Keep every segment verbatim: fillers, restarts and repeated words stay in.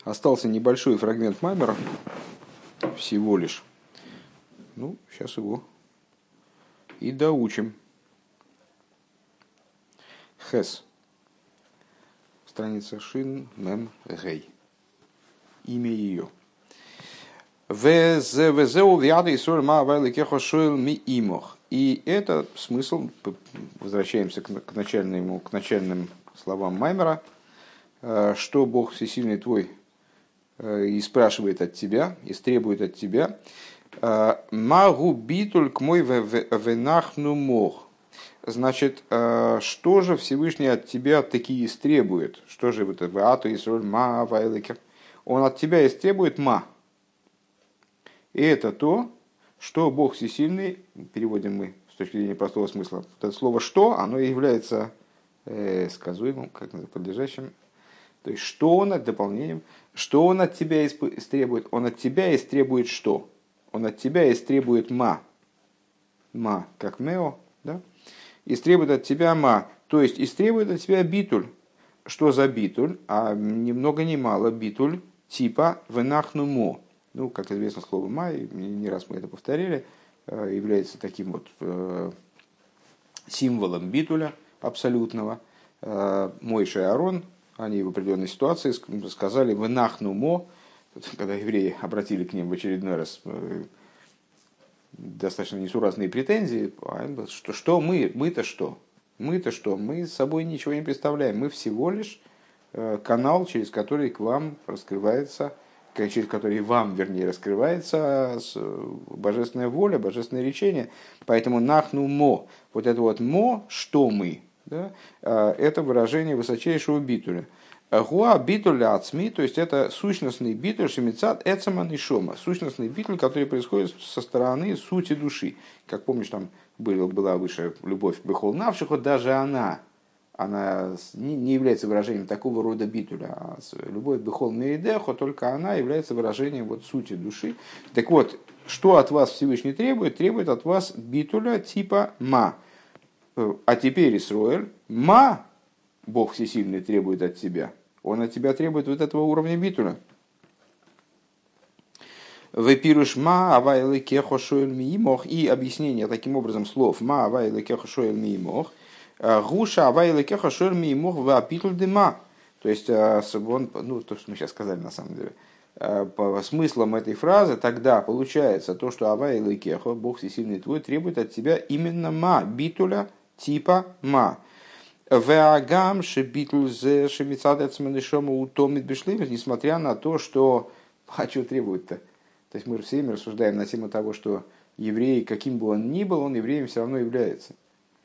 Остался небольшой фрагмент маймера, всего лишь. Ну, сейчас его и доучим. Хес. Страница Шин Мем Гей. Имя ее. И это смысл, возвращаемся к начальному, к начальным словам маймера, что Бог Всесильный твой и спрашивает от тебя, и требует от тебя. Магу битуль к мой венахну мох. Значит, что же Всевышний от тебя такие истребует? Что же это? Ваату Исроль ма вайликер. Он от тебя истребует ма. И это то, что Бог Всесильный, переводим мы с точки зрения простого смысла, это слово «что», оно является э, сказуемым, как подлежащим. То есть, что он от дополнением, что он от тебя истребует? Он от тебя истребует что? Он от тебя истребует ма. Ма, как мео, да? Истребует от тебя ма. То есть, истребует от тебя битуль. Что за битуль? А ни много ни мало битуль типа венахну мо. Ну, как известно, слово ма, и не раз мы это повторили, является таким вот символом битуля абсолютного. Мойша и Аарон, они в определенной ситуации сказали «венахну мо», когда евреи обратили к ним в очередной раз достаточно несуразные претензии, что, что мы, мы-то что? Мы-то что? Мы с собой ничего не представляем. Мы всего лишь канал, через который к вам раскрывается, через который вам, вернее, раскрывается божественная воля, божественное речение. Поэтому нахну мо, вот это вот мо, что мы, да, это выражение высочайшего битуля. Гуа битуля ацми, то есть это сущностный битуль шемицат эцаман и шома, сущностный битуль, который происходит со стороны сути души. Как помнишь, там была выше любовь бехол навших, вот даже она, она не является выражением такого рода битуля, а любовь бехол меидехо, только она является выражением вот сути души. Так вот, что от вас Всевышний требует? Требует от вас битуля типа ма. А теперь, Исроэль, ма Бог Всесильный требует от тебя. Он от тебя требует вот этого уровня битуля. Вепируш ма авайлы кехо шоэль миимох. И объяснение таким образом слов ма авайлы кехо шоэль миимох. Гуша авайлы кехо шоэль миимох вапитуль дема. То есть, он, ну, то, что мы сейчас сказали на самом деле, по смыслам этой фразы, тогда получается то, что авайлы кехо, Бог Всесильный твой, требует от тебя именно ма, битуля типа ма. Веагам шебитл зе шемицадецманишому утомит бешлимит, несмотря на то, что... А что требует-то? То есть мы все время рассуждаем на тему того, что еврей, каким бы он ни был, он евреем все равно является.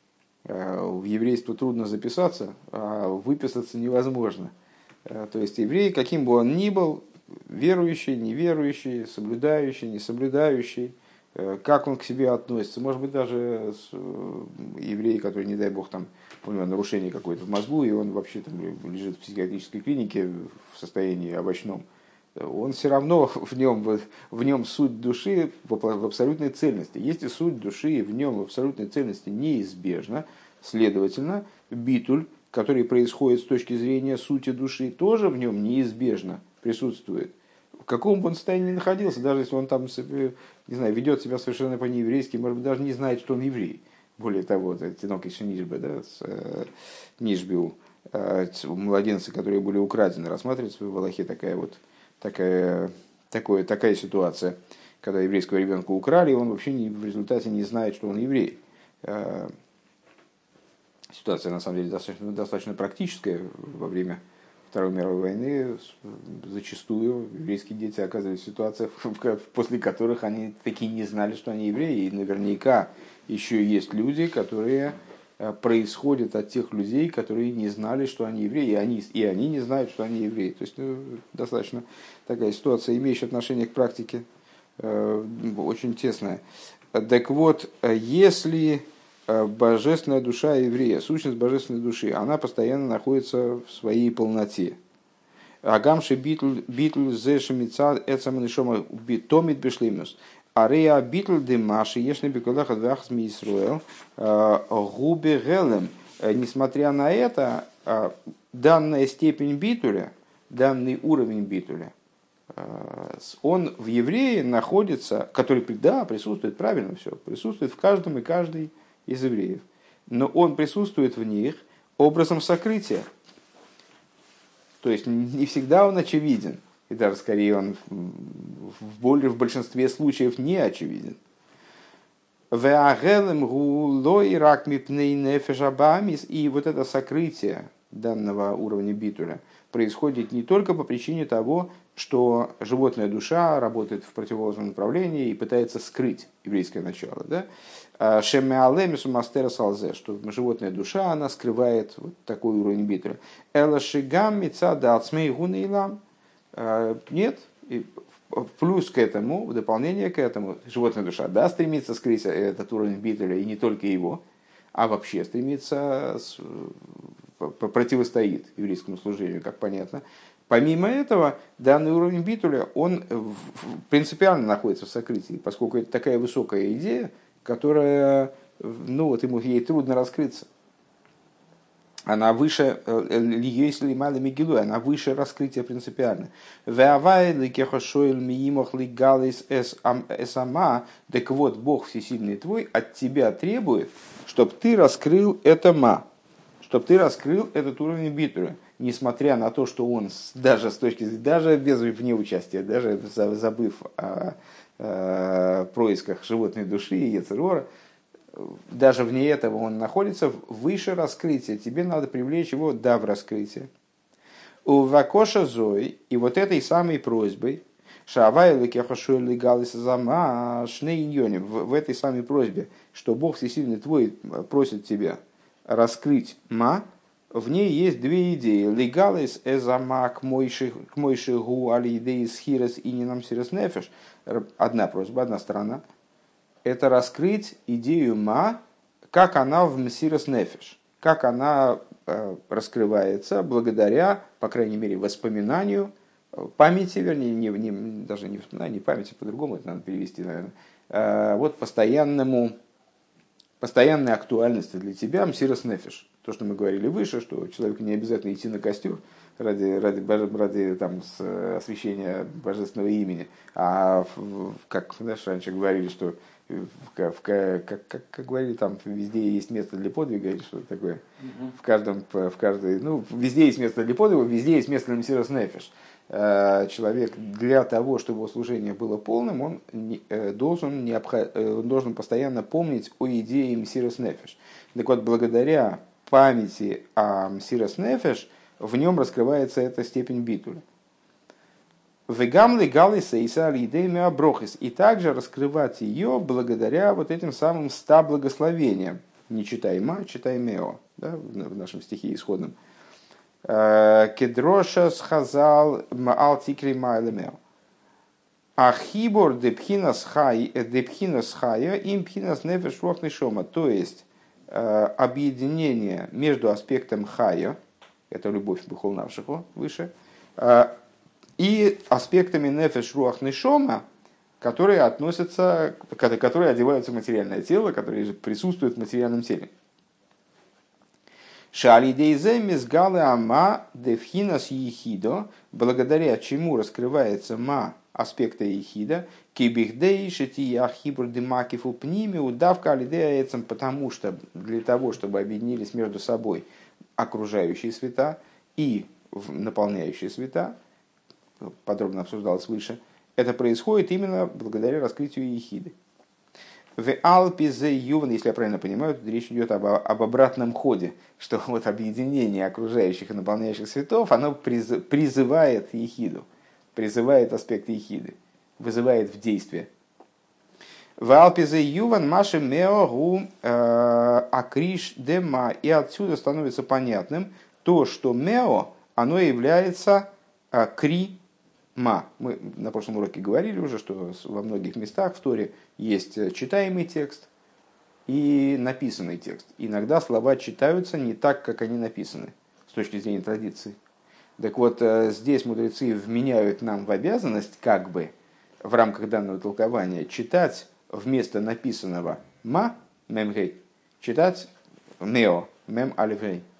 В еврейство трудно записаться, а выписаться невозможно. То есть еврей, каким бы он ни был, верующий, неверующий, соблюдающий, несоблюдающий, как он к себе относится. Может быть, даже еврей, который, не дай бог, там, у него нарушение какое-то в мозгу, и он вообще там лежит в психиатрической клинике в состоянии овощном, он все равно в нем, в нем суть души в абсолютной цельности. Если суть души в нем в абсолютной цельности неизбежна, следовательно, битуль, который происходит с точки зрения сути души, тоже в нем неизбежно присутствует. В каком бы он состоянии ни находился, даже если он там, не знаю, ведет себя совершенно по-нееврейски, может быть, даже не знает, что он еврей. Более того, Тинок и Шинишбе, да, с э, Нишбиу, э, младенцы, которые были украдены, рассматривается в Аллахе такая вот такая, такое, такая ситуация, когда еврейского ребенка украли, и он вообще не, в результате не знает, что он еврей. Э, ситуация, на самом деле, достаточно, достаточно практическая. Во время Второй мировой войны зачастую еврейские дети оказывались в ситуациях, после которых они таки не знали, что они евреи, и наверняка еще есть люди, которые происходят от тех людей, которые не знали, что они евреи, и они, и они не знают, что они евреи. То есть, ну, достаточно такая ситуация, имеющая отношение к практике, э, очень тесная. Так вот, если божественная душа еврея, сущность божественной души, она постоянно находится в своей полноте. Агамши битль зе шемица эцаманишома томит бешлимус. Арея битл демаши, ешный бекулах адвахс мисруэл, губе гелем. Несмотря на это, данная степень битуля, данный уровень битуля, он в еврее находится, который, да, присутствует, правильно все, присутствует в каждом и каждой из евреев, но он присутствует в них образом сокрытия. То есть не всегда он очевиден, и даже скорее он в, более, в большинстве случаев не очевиден. И вот это сокрытие данного уровня битуля происходит не только по причине того, что животная душа работает в противоположном направлении и пытается скрыть еврейское начало. Да? Что животная душа, она скрывает вот такой уровень битуля. Нет, плюс к этому, в дополнение к этому, животная душа, да, стремится скрыть этот уровень битуля, и не только его, а вообще стремится, противостоит еврейскому служению, как понятно. Помимо этого, данный уровень битуля, он принципиально находится в сокрытии, поскольку это такая высокая идея, которая, ну вот ему ей трудно раскрыться. Она выше, если мало мигилу, она выше раскрытия принципиально. Так вот, Бог всесильный твой от тебя требует, чтобы ты раскрыл это ма, чтобы ты раскрыл этот уровень битуля, несмотря на то, что он даже с точки зрения, даже без вне участия, даже забыв о, о происках животной души и йецер ора, даже вне этого он находится выше раскрытия. Тебе надо привлечь его да в раскрытие. У вакоша зой, и вот этой самой просьбой, шавай лекехашуэль легалис зама шнейньоним, в этой самой просьбе, что Бог всесильный твой просит тебя раскрыть ма, в ней есть две идеи. Легалис эзама к мойши гу али идеи схирес и не нам сирес нефеш. Одна просьба, одна сторона. Это раскрыть идею ма, как она в мсирос нефеш, как она э, раскрывается благодаря, по крайней мере, воспоминанию, памяти, вернее, не, не, даже не воспоминанию, не памяти, по-другому это надо перевести, наверное, э, вот постоянному, постоянной актуальности для тебя мсирос нефеш. То, что мы говорили выше, что человеку не обязательно идти на костер ради, ради, ради там, освящения божественного имени, а как знаешь, раньше говорили, что В, в, как, как, как говорили, там везде есть место для подвига или что-то такое. Mm-hmm. В каждом, в каждой, ну, везде есть место для подвига, везде есть место для мсирос нефеш. Человек для того, чтобы его служение было полным, он должен, необход... он должен постоянно помнить о идее мсирос нефеш. Так вот, благодаря памяти о мсирос нефеш в нем раскрывается эта степень битуля. И также раскрывать ее благодаря вот этим самым ста благословениям. Не читай ма, читай мео, да, в нашем стихе исходном. Кедроша схазал маал тикри маэлэ мео. Ахибор депхинас хая им пхинас нефеш руах нешома. То есть объединение между аспектом хая, это любовь бухолнавшиху выше, и аспектами нефеш руах нешома, которые относятся, которые одеваются в материальное тело, которые присутствуют в материальном теле. Шалидейзе мизгалы ама девхинас ехидо, благодаря чему раскрывается ма аспекта ехида, кибихдей шети ахибр демакифу пними удавка алидея этим, потому что для того, чтобы объединились между собой окружающие света и наполняющие света, подробно обсуждалось выше, это происходит именно благодаря раскрытию ехиды. В Алпизе Юван, если я правильно понимаю, тут речь идет об, об обратном ходе, что вот объединение окружающих и наполняющих светов, оно приз, призывает ехиду, призывает аспект ехиды, вызывает в действие. В Алпизе Юван Маши Меогу Акриш Дема, и отсюда становится понятным то, что Мео, оно является Кри Ма. Мы на прошлом уроке говорили уже, что во многих местах в Торе есть читаемый текст и написанный текст. Иногда слова читаются не так, как они написаны, с точки зрения традиции. Так вот, здесь мудрецы вменяют нам в обязанность, как бы, в рамках данного толкования, читать вместо написанного «ма», «мемгей», читать «мео», «мем алифрей»,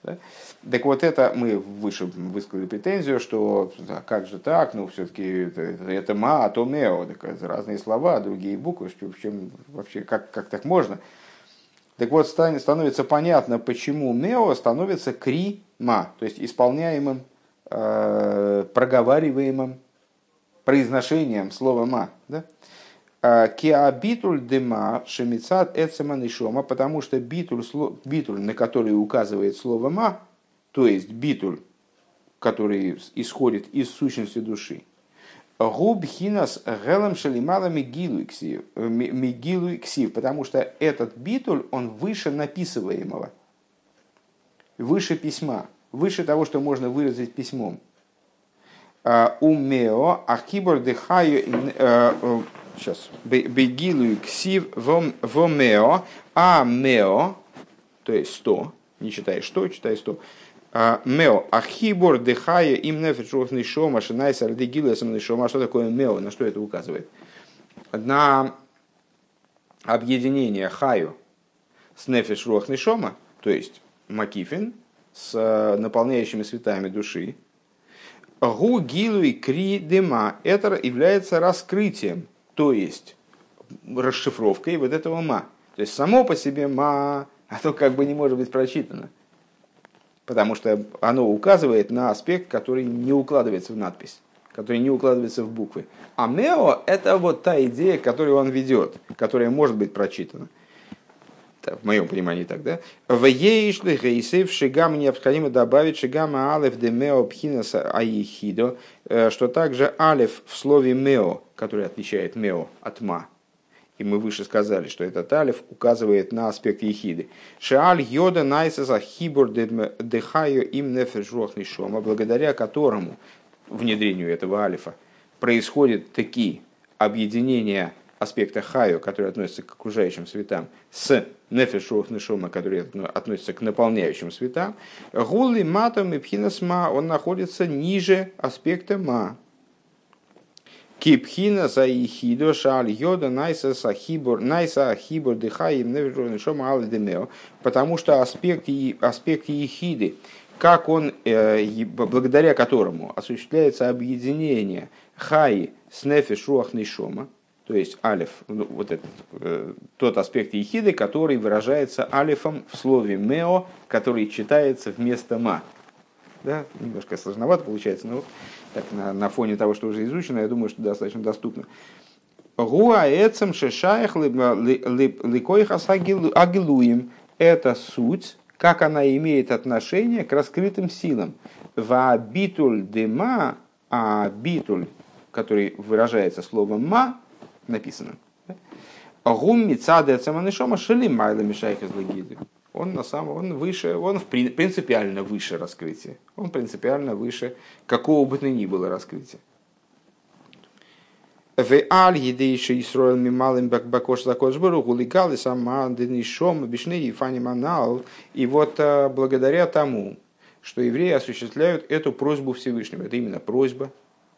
Да? Так вот это мы выше высказали претензию, что да, как же так, ну все-таки это, это ма, а то мео, так это разные слова, другие буквы, что, в чем вообще, как, как так можно? Так вот, станет, становится понятно, почему мео становится кри ма, то есть исполняемым, э, проговариваемым произношением слова ма. Да? Кеабитуль дема шемицат эцеман и шома, потому что битуль, битуль, на который указывает слово ма, то есть битуль, который исходит из сущности души, губ хинас гелам шалимала мигилу ксив, потому что этот битуль, он выше написываемого, выше письма, выше того, что можно выразить письмом. Умео ахибор дыхаю сейчас бегилу ксив вомео а мео, то есть сто, не читай что, читай сто. Мео ахибор дыхая им нефешох нишома шинайса альдегилесом нишома. Что такое мео? На что это указывает? На объединение хаю с нефешох нишома, то есть макифин с наполняющими светами души. Гу гилу и кри дема. Это является раскрытием, то есть расшифровкой вот этого ма. То есть само по себе ма, оно как бы не может быть прочитано. Потому что оно указывает на аспект, который не укладывается в надпись, который не укладывается в буквы. А мео – это вот та идея, которую он ведет, которая может быть прочитана. В моем понимании так, да? В ейшли гейсев шигам необходимо добавить шигама алеф де мео пхинаса аихидо, что также алеф в слове мео, который отличает мео от ма. И мы выше сказали, что этот алиф указывает на аспект ехиды. Шааль йода найсаса хибур дехайо им нефешруах нишома, благодаря которому, внедрению этого алифа, происходят такие объединения аспекта хайо, который относится к окружающим светам, с нефешруах нишома, который относится к наполняющим светам. Гулли матом и пхинас ма, он находится ниже аспекта ма. Кипхина за ихидо шаль йода найса сахибор найса ахибор дыхаим невежурный шома аль демео, потому что аспект аспект ехиды, как он благодаря которому осуществляется объединение хаи с нефеш руах нишома, то есть алиф, вот этот тот аспект ехиды, который выражается алифом в слове мео, который читается вместо ма. Да? Немножко сложновато получается, но так, на, на фоне того, что уже изучено, я думаю, что достаточно доступно. Гуаэцем шешаях ликоихас агилуем. Это суть, как она имеет отношение к раскрытым силам. Ва битуль дема, а битуль, который выражается словом ма, написано. Гум мицаде цеманышома шели майла мишайх из лагиды. Он на самом, он выше, он принципиально выше раскрытия. Он принципиально выше какого бы то ни было раскрытия. В аль едейши Исроэл мималым бакбакош закошберу гулигалы сама денишом бишней и фани манал. И вот благодаря тому, что евреи осуществляют эту просьбу Всевышнего, это именно просьба,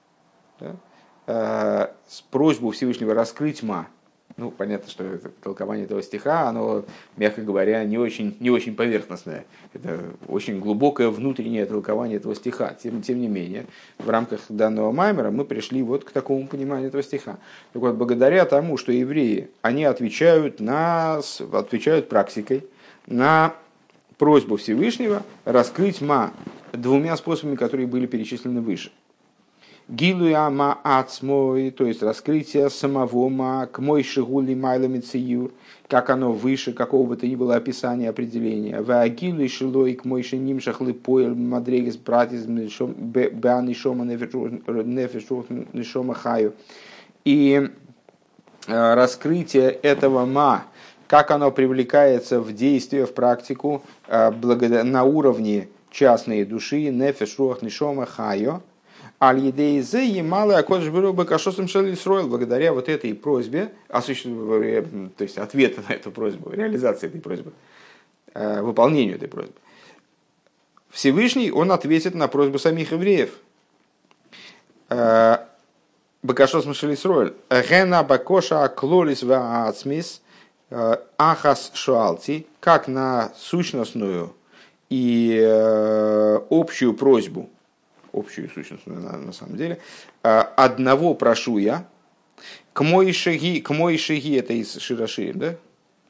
да, просьбу Всевышнего раскрыть ма. Ну, понятно, что это, толкование этого стиха, оно, мягко говоря, не очень, не очень поверхностное. Это очень глубокое внутреннее толкование этого стиха. Тем, тем не менее, в рамках данного маймера мы пришли вот к такому пониманию этого стиха. Так вот, благодаря тому, что евреи, они отвечают, на, отвечают практикой на просьбу Всевышнего раскрыть ма двумя способами, которые были перечислены выше. Гилуя ма ацмой, то есть раскрытие самого ма, к мой шигули майлами циюр, как оно выше какого бы то ни было описания, определения. Ваагилу и шилой к мой шиним шахлы поэл мадрегес братис беан нишома нефешох нишома хаю. И раскрытие этого ма, как оно привлекается в действие, в практику, на уровне частной души, нефешох нишома хаю. Аль-Едейзе Емалы Акодж Беруба Кашосом Шалисроил, благодаря вот этой просьбе, осуществлению, то есть ответа на эту просьбу, реализации этой просьбы, выполнению этой просьбы, Всевышний, он ответит на просьбу самих евреев. Бакашосом Шалисроил. Гена Бакоша Аклолис Ваацмис Ахас Шуалти, как на сущностную и э, общую просьбу, общую сущность на, на самом деле, э, одного прошу я, к мой шаги, к мой шаги, это из Широширим, да?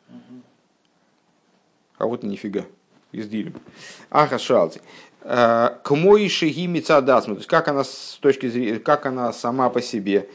А вот нифига, из Дилем. Аха шалти. К мой шаги мицадасму, то есть как она с точки зрения, как она сама по себе.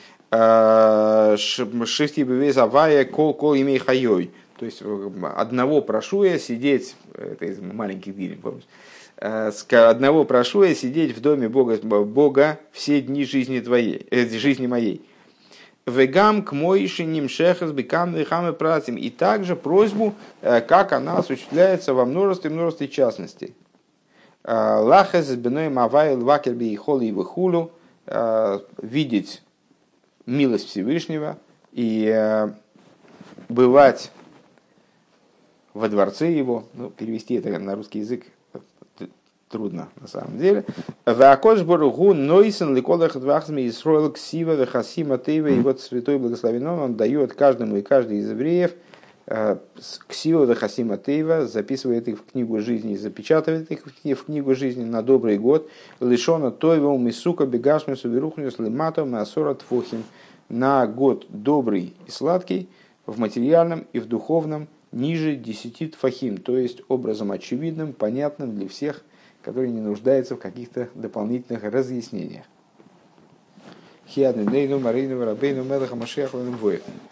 Шести бывез авая кол кол имей хайой. То есть одного прошу я сидеть, это из маленьких Дилем, помните? Одного прошу я сидеть в доме Бога, Бога все дни жизни твоей, э, жизни моей. Вегам к моиши нимшехас бекам вехаме пратим. И также просьбу, как она осуществляется во множестве множестве частностей. Лахес беной мавай лвакерби и холи и вихулю. Видеть милость Всевышнего и бывать во дворце его. Ну, перевести это на русский язык трудно, на самом деле. Вакош Боругу Нойсен Ликолах Двахзми Исроил Ксива Вехасима Тейва, и вот святой благословен он дает каждому и каждой из евреев Ксива Вехасима Тейва, записывает их в книгу жизни, запечатывает их в книгу жизни на добрый год. Лишона Тойва Мисука Бегашмису Верухнюс Лиматом Масора Тфохим, на год добрый и сладкий в материальном и в духовном ниже десяти тфахим, то есть образом очевидным, понятным для всех, который не нуждается в каких-то дополнительных разъяснениях.